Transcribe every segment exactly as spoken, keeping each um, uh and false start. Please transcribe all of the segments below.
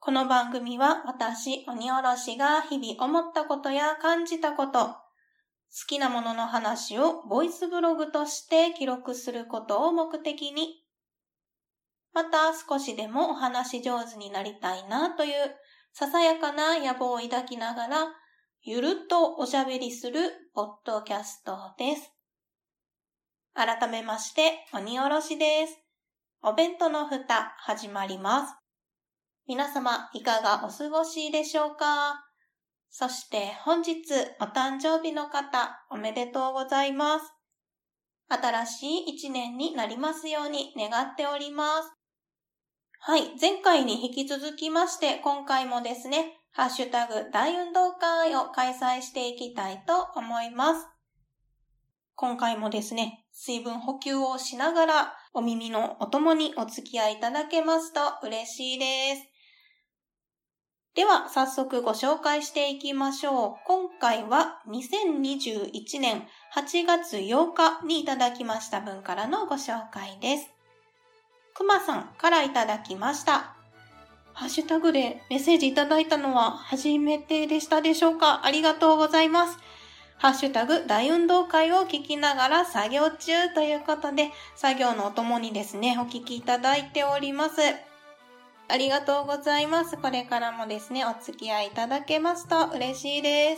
この番組は私、鬼おろしが日々思ったことや感じたこと、好きなものの話をボイスブログとして記録することを目的に、また少しでもお話上手になりたいなというささやかな野望を抱きながら、ゆるっとおしゃべりするポッドキャストです。改めまして、鬼おろしです。お弁当の蓋始まります。皆様いかがお過ごしでしょうか？そして本日お誕生日の方おめでとうございます。新しい一年になりますように願っております。はい、前回に引き続きまして今回もですね、ハッシュタグ大運動会を開催していきたいと思います。今回もですね、水分補給をしながらお耳のお供にお付き合いいただけますと嬉しいです。では早速ご紹介していきましょう。今回はにせんにじゅういちねんはちがつようかにいただきました分からのご紹介です。くまさんからいただきました。ハッシュタグでメッセージいただいたのは初めてでしたでしょうか？ありがとうございます。ハッシュタグ大運動会を聞きながら作業中ということで、作業のお供にですね、お聞きいただいております。ありがとうございます。これからもですね、お付き合いいただけますと嬉しいです。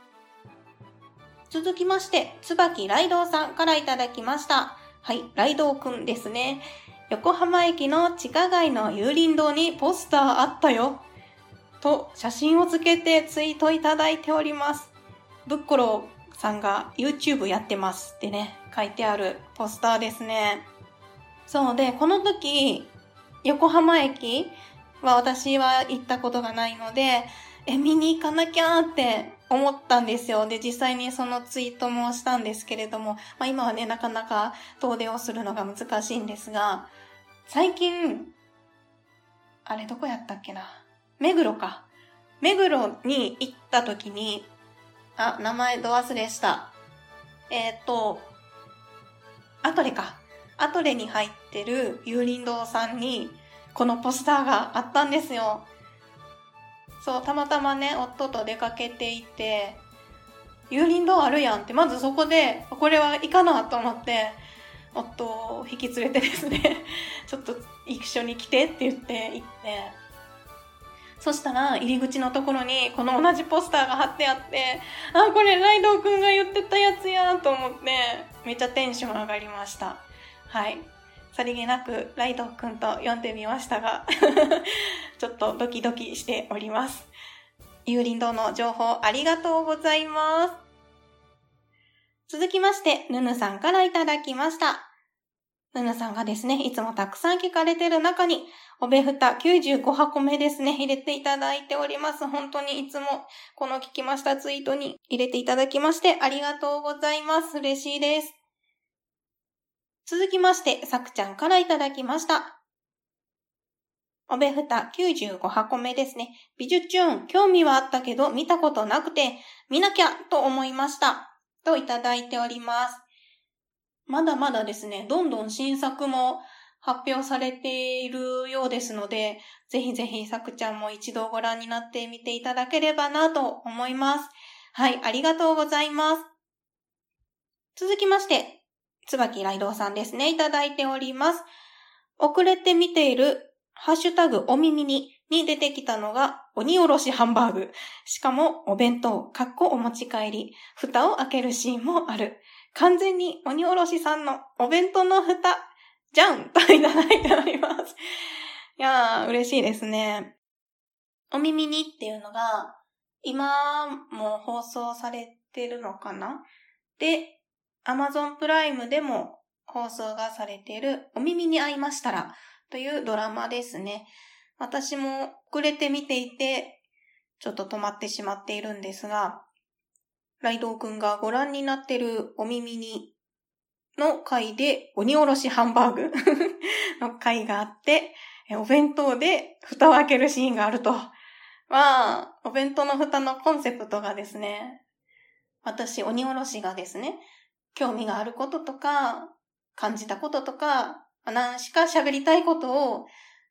続きまして、椿ライドウさんからいただきました。はい、ライドウくんですね。横浜駅の地下街の有林堂にポスターあったよ。と、写真をつけてツイートいただいております。ぶっころさんが YouTube やってますってね、書いてあるポスターですね。そうで、この時、横浜駅は私は行ったことがないので、え、見に行かなきゃって思ったんですよ。で、実際にそのツイートもしたんですけれども、まあ今はね、なかなか遠出をするのが難しいんですが、最近、あれどこやったっけな？目黒か。目黒に行った時に、あ、名前ど忘れした。えっと、アトレか。アトレに入ってる有林堂さんにこのポスターがあったんですよ。そう、たまたまね、夫と出かけていて、有林堂あるやんって、まずそこで、これはいかなと思って、夫を引き連れてですね、ちょっと一緒に来てって言って行って、そしたら入り口のところにこの同じポスターが貼ってあって、あ、これライドウくんが言ってたやつやと思って、めっちゃテンション上がりました。はい。さりげなくライドウくんと呼んでみましたが、ちょっとドキドキしております。有林堂の情報ありがとうございます。続きまして、ぬぬさんからいただきました。ぬぬさんがですね、いつもたくさん聞かれている中に、おべふたきゅうじゅうごはこめですね、入れていただいております。本当にいつもこの聞きましたツイートに入れていただきましてありがとうございます。嬉しいです。続きまして、さくちゃんからいただきました。おべふたきゅうじゅうごはこめですね。美術チューン、興味はあったけど見たことなくて、見なきゃと思いました。といただいております。まだまだですね、どんどん新作も発表されているようですので、ぜひぜひさくちゃんも一度ご覧になってみていただければなと思います。はい、ありがとうございます。続きまして、椿ライドウさんですね、いただいております。遅れて見ているハッシュタグお耳にに出てきたのが鬼おろしハンバーグ。しかもお弁当、かっこお持ち帰り、蓋を開けるシーンもある。完全に鬼おろしさんのお弁当の蓋じゃんといただいております。いやー、嬉しいですね。お耳にっていうのが今も放送されてるのかな？で、Amazon プライムでも放送がされているお耳に合いましたらというドラマですね。私も遅れて見ていてちょっと止まってしまっているんですが、ライドウくんがご覧になっているお耳にの回で鬼おろしハンバーグの回があって、お弁当で蓋を開けるシーンがあると。まあ、お弁当の蓋のコンセプトがですね、私鬼おろしがですね、興味があることとか感じたこととか何しか喋りたいことを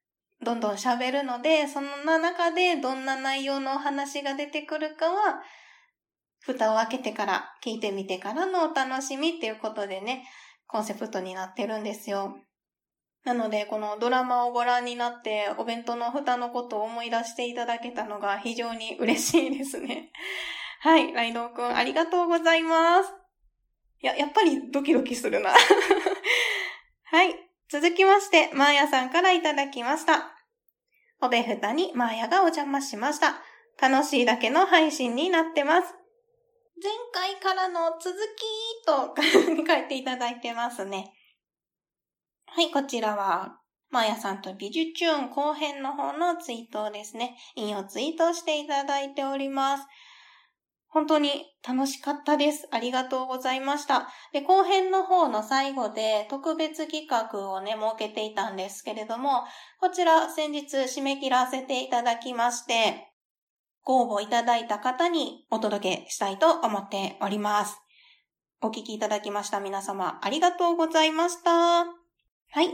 どんどん喋るので、そんな中でどんな内容のお話が出てくるかは、蓋を開けてから聞いてみてからのお楽しみっていうことでね、コンセプトになってるんですよ。なので、このドラマをご覧になって、お弁当の蓋のことを思い出していただけたのが非常に嬉しいですね。はい、ライドウくんありがとうございます。いや、やっぱりドキドキするな。はい、続きまして、マーヤさんからいただきました。おべふたにマーヤがお邪魔しました。楽しいだけの配信になってます。前回からの続きと書いていただいてますね。はい、こちらは、マーヤさんと美術チューン後編の方のツイートをですね、引用ツイートしていただいております。本当に楽しかったです。ありがとうございました。で、後編の方の最後で特別企画をね、設けていたんですけれども、こちら先日締め切らせていただきまして、ご応募いただいた方にお届けしたいと思っております。お聞きいただきました皆様ありがとうございました。はい、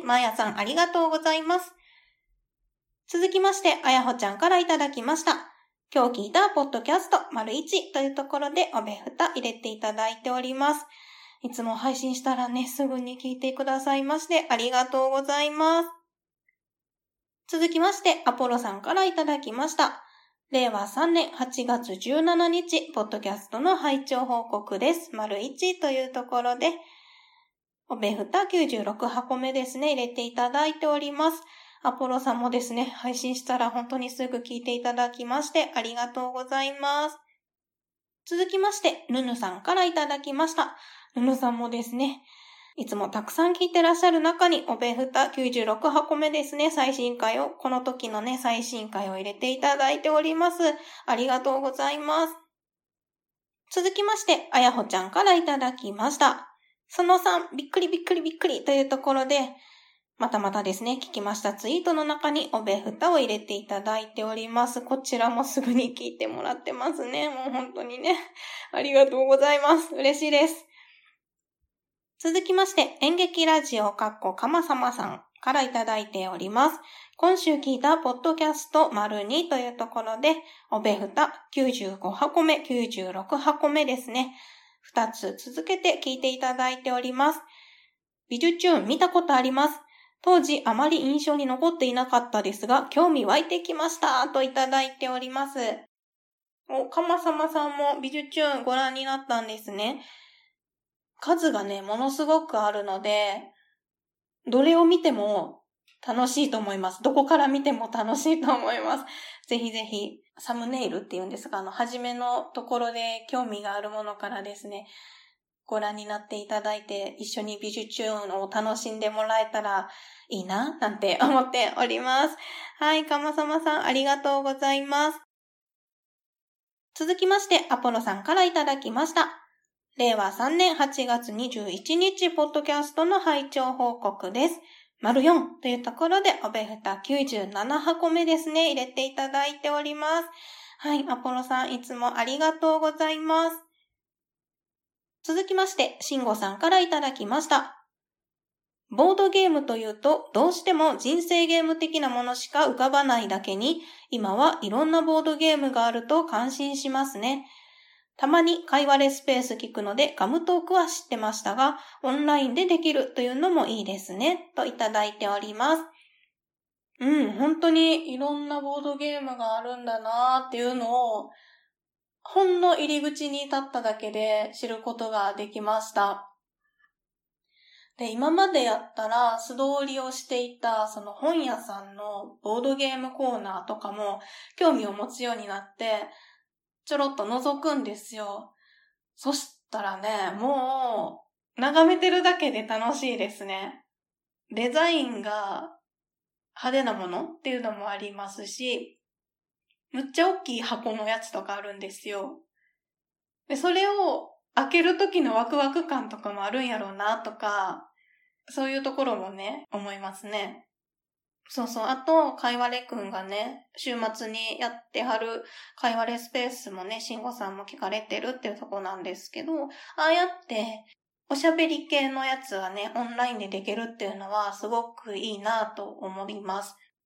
まーやさんありがとうございます。続きまして、あやほちゃんからいただきました。今日聞いたポッドキャスト丸いちというところでおべふた入れていただいております。いつも配信したらね、すぐに聞いてくださいましてありがとうございます。続きまして、アポロさんからいただきました。れいわさんねんはちがつじゅうしちにち、ポッドキャストの拝聴報告です。丸いちというところで、おべふたきゅうじゅうろくはこめですね、入れていただいております。アポロさんもですね、配信したら本当にすぐ聞いていただきましてありがとうございます。続きまして、ヌヌさんからいただきました。ヌヌさんもですね、いつもたくさん聞いてらっしゃる中に、おべふたきゅうじゅうろくはこめですね、最新回を、この時のね、最新回を入れていただいております。ありがとうございます。続きまして、あやほちゃんからいただきました。そのさん、びっくりびっくりびっくりというところで、またまたですね、聞きましたツイートの中におべふたを入れていただいております。こちらもすぐに聞いてもらってますね。もう本当にね、ありがとうございます。嬉しいです。続きまして、演劇ラジオかっこかまさまさんからいただいております。今週聞いたポッドキャスト丸にというところで、おべふたきゅうじゅうごはこめ、きゅうじゅうろくはこめですね。ふたつ続けて聞いていただいております。美術チューン見たことあります。当時あまり印象に残っていなかったですが、興味湧いてきましたといただいております。お、かまさまさんも美術チューンご覧になったんですね。数がね、ものすごくあるので、どれを見ても楽しいと思います。どこから見ても楽しいと思います。ぜひぜひ、サムネイルっていうんですか、あの、初めのところで興味があるものからですね、ご覧になっていただいて、一緒に美術チューンを楽しんでもらえたらいいな、なんて思っております。はい、かまさまさんありがとうございます。続きまして、アポロさんからいただきました。れいわさんねんはちがつにじゅういちにち、ポッドキャストの拝聴報告です。丸よんというところで、おべふたきゅうじゅうななはこめですね、入れていただいております。はい、アポロさんいつもありがとうございます。続きまして、しんごさんからいただきました。ボードゲームというと、どうしても人生ゲーム的なものしか浮かばないだけに、今はいろんなボードゲームがあると感心しますね。たまに会話レスペース聞くのでガムトークは知ってましたが、オンラインでできるというのもいいですね、といただいております。うん、本当にいろんなボードゲームがあるんだなーっていうのを、ほんの入り口に立っただけで知ることができました。で、今までやったら素通りをしていたその本屋さんのボードゲームコーナーとかも興味を持つようになって、ちょろっと覗くんですよ。そしたらね、もう眺めてるだけで楽しいですね。デザインが派手なものっていうのもありますし、むっちゃ大きい箱のやつとかあるんですよ。で、それを開ける時のワクワク感とかもあるんやろうなとか、そういうところもね、思いますね。そうそう。あと、かいわれくんがね、週末にやってはるかいわれスペースもね、しんごさんも聞かれてるっていうところなんですけど、ああやって、おしゃべり系のやつはね、オンラインでできるっていうのはすごくいいなと思います。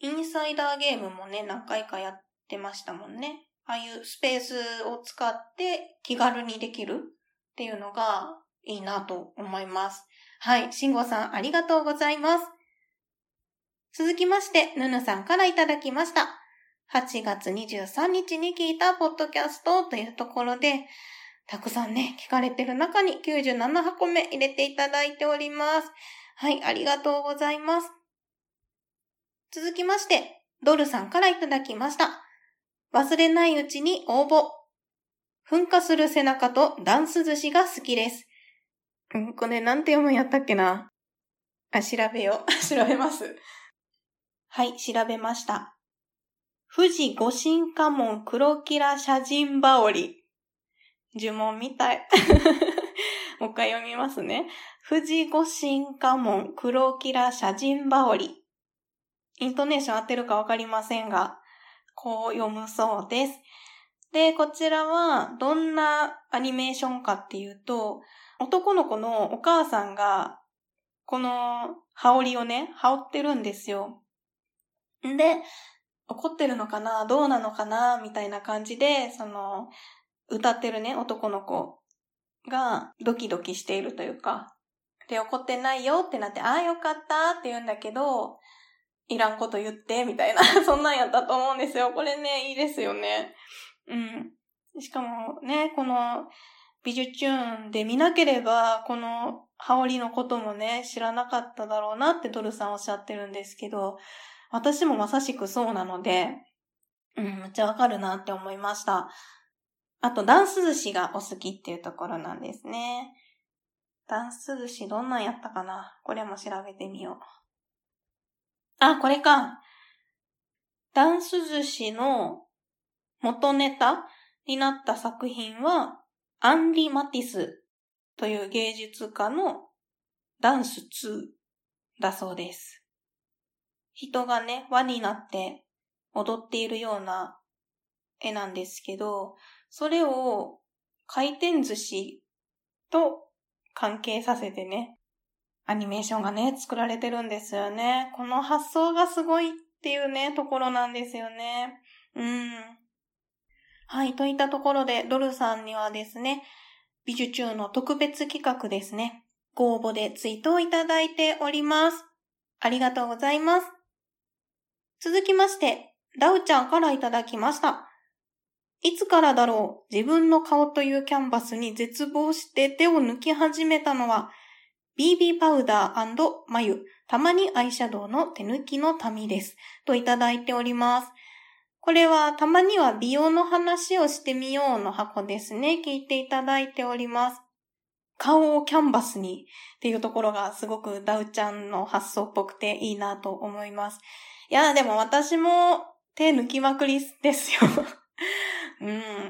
インサイダーゲームもね、何回かやってましたもんね。ああいうスペースを使って気軽にできるっていうのがいいなと思います。はい、しんごさんありがとうございます。続きまして、ぬぬさんからいただきました。はちがつにじゅうさんにちに聞いたポッドキャストというところで、たくさんね、聞かれてる中にきゅうじゅうななはこめ入れていただいております。はい、ありがとうございます。続きまして、ドルさんからいただきました。忘れないうちに応募。噴火する背中とダンス寿司が好きです。うん、これなんて読むんやったっけな。あ、調べよう。調べます。はい、調べました。富士五神家門黒キラ写真羽織。呪文みたい。もう一回読みますね。富士五神家門黒キラ写真羽織。イントネーション合ってるかわかりませんが、こう読むそうです。で、こちらはどんなアニメーションかっていうと、男の子のお母さんがこの羽織をね、羽織ってるんですよ。んで、怒ってるのかなどうなのかなみたいな感じで、その、歌ってるね、男の子がドキドキしているというか、で、怒ってないよってなって、ああよかったって言うんだけど、いらんこと言って、みたいな、そんなんやったと思うんですよ。これね、いいですよね。うん。しかもね、この、美術チューンで見なければ、この羽織のこともね、知らなかっただろうなってドルさんおっしゃってるんですけど、私もまさしくそうなので、うん、めっちゃわかるなって思いました。あと、ダンス寿司がお好きっていうところなんですね。ダンス寿司どんなんやったかな？これも調べてみよう。あ、これか。ダンス寿司の元ネタになった作品は、アンリ・マティスという芸術家のダンスツーだそうです。人がね、輪になって踊っているような絵なんですけど、それを回転寿司と関係させてね、アニメーションがね、作られてるんですよね。この発想がすごいっていうね、ところなんですよね。うん。はい、といったところで、ドルさんにはですね、美術中の特別企画ですね、ご応募でツイートをいただいております。ありがとうございます。続きまして、ダウちゃんからいただきました。いつからだろう、自分の顔というキャンバスに絶望して手を抜き始めたのは、ビービー パウダー&眉、たまにアイシャドウの手抜きの民です。といただいております。これはたまには美容の話をしてみようの箱ですね。聞いていただいております。顔をキャンバスにっていうところがすごくダウちゃんの発想っぽくていいなと思います。いや、でも私も手抜きまくりですよ。うん。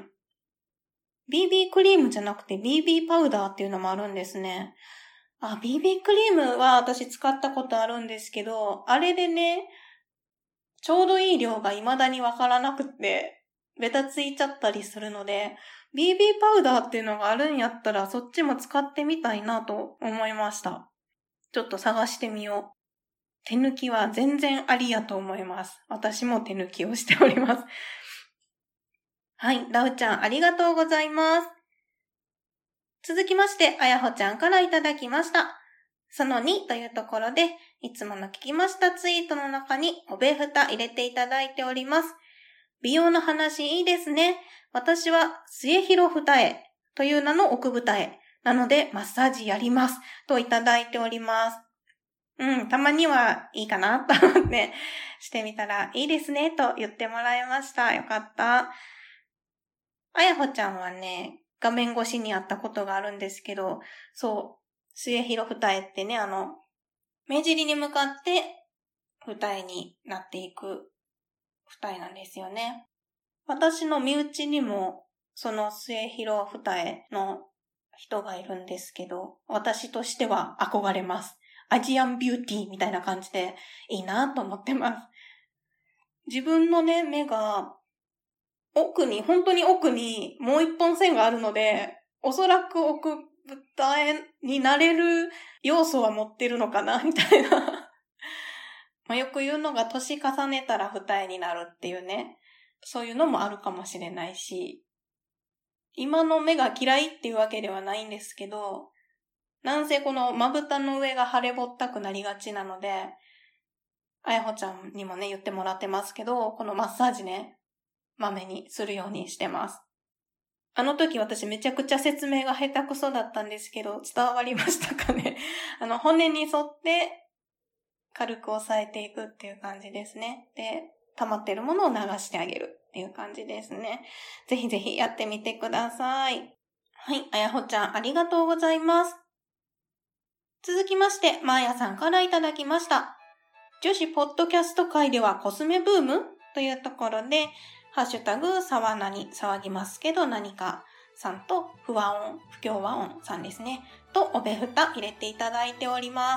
ビービー クリームじゃなくて ビービー パウダーっていうのもあるんですね。あ、ビービー クリームは私使ったことあるんですけど、あれでね、ちょうどいい量が未だにわからなくて、ベタついちゃったりするので、ビービー パウダーっていうのがあるんやったらそっちも使ってみたいなと思いました。ちょっと探してみよう。手抜きは全然ありやと思います。私も手抜きをしております。はい、ダウちゃんありがとうございます。続きまして、あやほちゃんからいただきました。そのにというところで、いつもの聞きましたツイートの中におべふた入れていただいております。美容の話いいですね。私は末広二重という名の奥二重なのでマッサージやりますといただいております。うん、たまにはいいかなと思ってしてみたらいいですねと言ってもらいました。よかった。あやほちゃんはね、画面越しに会ったことがあるんですけど、そう、末広二重ってね、あの、目尻に向かって二重になっていく二重なんですよね。私の身内にもその末広二重の人がいるんですけど、私としては憧れます。アジアンビューティーみたいな感じでいいなと思ってます。自分のね、目が奥に、本当に奥にもう一本線があるので、おそらく奥二重になれる要素は持ってるのかなみたいなまあ、よく言うのが年重ねたら二重になるっていうね、そういうのもあるかもしれないし、今の目が嫌いっていうわけではないんですけど、なんせこのまぶたの上が腫れぼったくなりがちなので、あやほちゃんにもね言ってもらってますけど、このマッサージね、まめにするようにしてます。あの時私めちゃくちゃ説明が下手くそだったんですけど、伝わりましたかね。あの骨に沿って軽く押さえていくっていう感じですね。で、溜まってるものを流してあげるっていう感じですね。ぜひぜひやってみてください。はい、あやほちゃんありがとうございます。続きまして、まーやさんからいただきました。女子ポッドキャスト界ではコスメブームというところで、ハッシュタグ、さわなに騒ぎますけど何かさんと、不和音、不協和音さんですね。と、おべふた入れていただいております。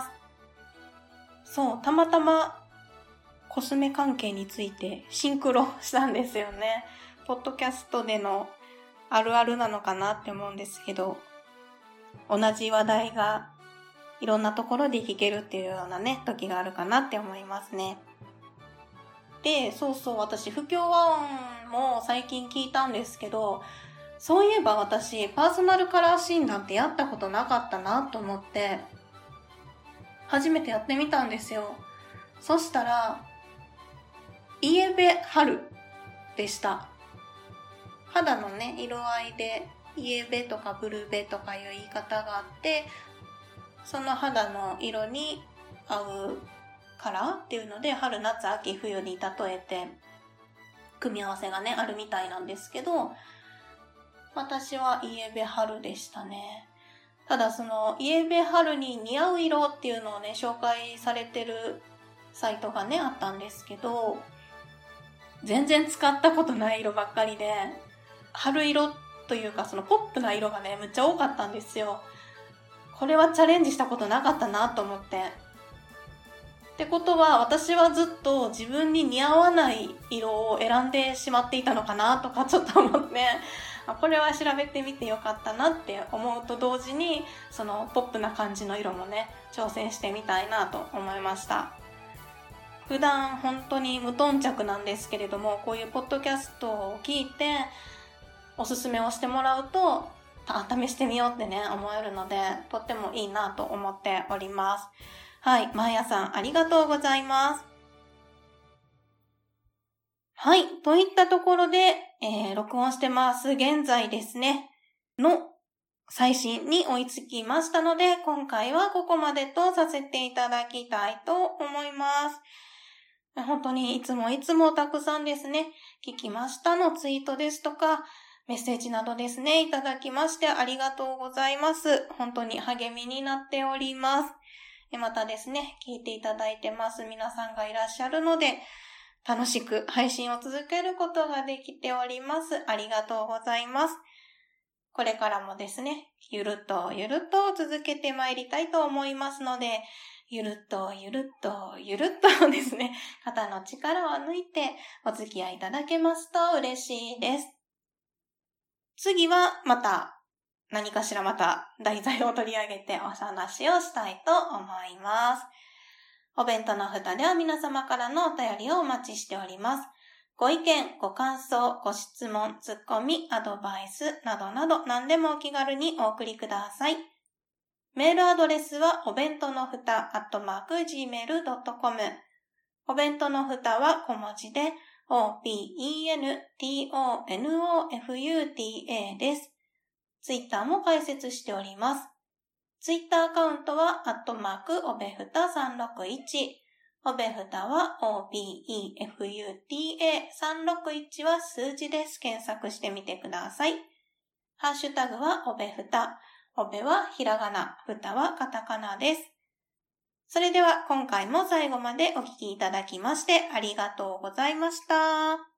そう、たまたまコスメ関係についてシンクロしたんですよね。ポッドキャストでのあるあるなのかなって思うんですけど、同じ話題がいろんなところで聞けるっていうようなね、時があるかなって思いますね。で、そうそう、私、不協和音も最近聞いたんですけど、そういえば私、パーソナルカラー診断ってやったことなかったなと思って、初めてやってみたんですよ。そしたら、イエベハルでした。肌のね、色合いで、イエベとかブルベとかいう言い方があって、その肌の色に合うカラーっていうので、春、夏、秋、冬に例えて組み合わせがね、あるみたいなんですけど、私はイエベ春でしたね。ただそのイエベ春に似合う色っていうのをね、紹介されてるサイトがね、あったんですけど、全然使ったことない色ばっかりで、春色というかそのポップな色がね、むっちゃ多かったんですよ。これはチャレンジしたことなかったなと思って。ってことは私はずっと自分に似合わない色を選んでしまっていたのかなとかちょっと思って、これは調べてみてよかったなって思うと同時に、そのポップな感じの色もね、挑戦してみたいなと思いました。普段本当に無頓着なんですけれども、こういうポッドキャストを聞いておすすめをしてもらうと、試してみようってね、思えるので、とってもいいなと思っております。はい、まーやさんありがとうございます。はい、といったところで、えー、録音してます現在ですね、の最新に追いつきましたので、今回はここまでとさせていただきたいと思います。本当にいつもいつもたくさんですね、聞きましたのツイートですとか、メッセージなどですね、いただきましてありがとうございます。本当に励みになっております。またですね、聞いていただいてます皆さんがいらっしゃるので、楽しく配信を続けることができております。ありがとうございます。これからもですね、ゆるっとゆるっと続けてまいりたいと思いますので、ゆるっとゆるっとゆるっとですね、肩の力を抜いてお付き合いいただけますと嬉しいです。次はまた何かしらまた題材を取り上げてお話をしたいと思います。お弁当の蓋では皆様からのお便りをお待ちしております。ご意見、ご感想、ご質問、ツッコミ、アドバイスなどなど何でもお気軽にお送りください。メールアドレスはお弁当のふたアットマークジーメールドットコム。お弁当のふたは小文字で オーピーイーエヌティーオーエヌオーエフユーティーエー です。ツイッターも開設しております。ツイッターアカウントはアットマークおべふたさんろくいち。おべふたは オーピーイーエフユーティーエーさんろくいち は数字です。検索してみてください。ハッシュタグはおべふた。おべはひらがな、ふたはカタカナです。それでは今回も最後までお聞きいただきましてありがとうございました。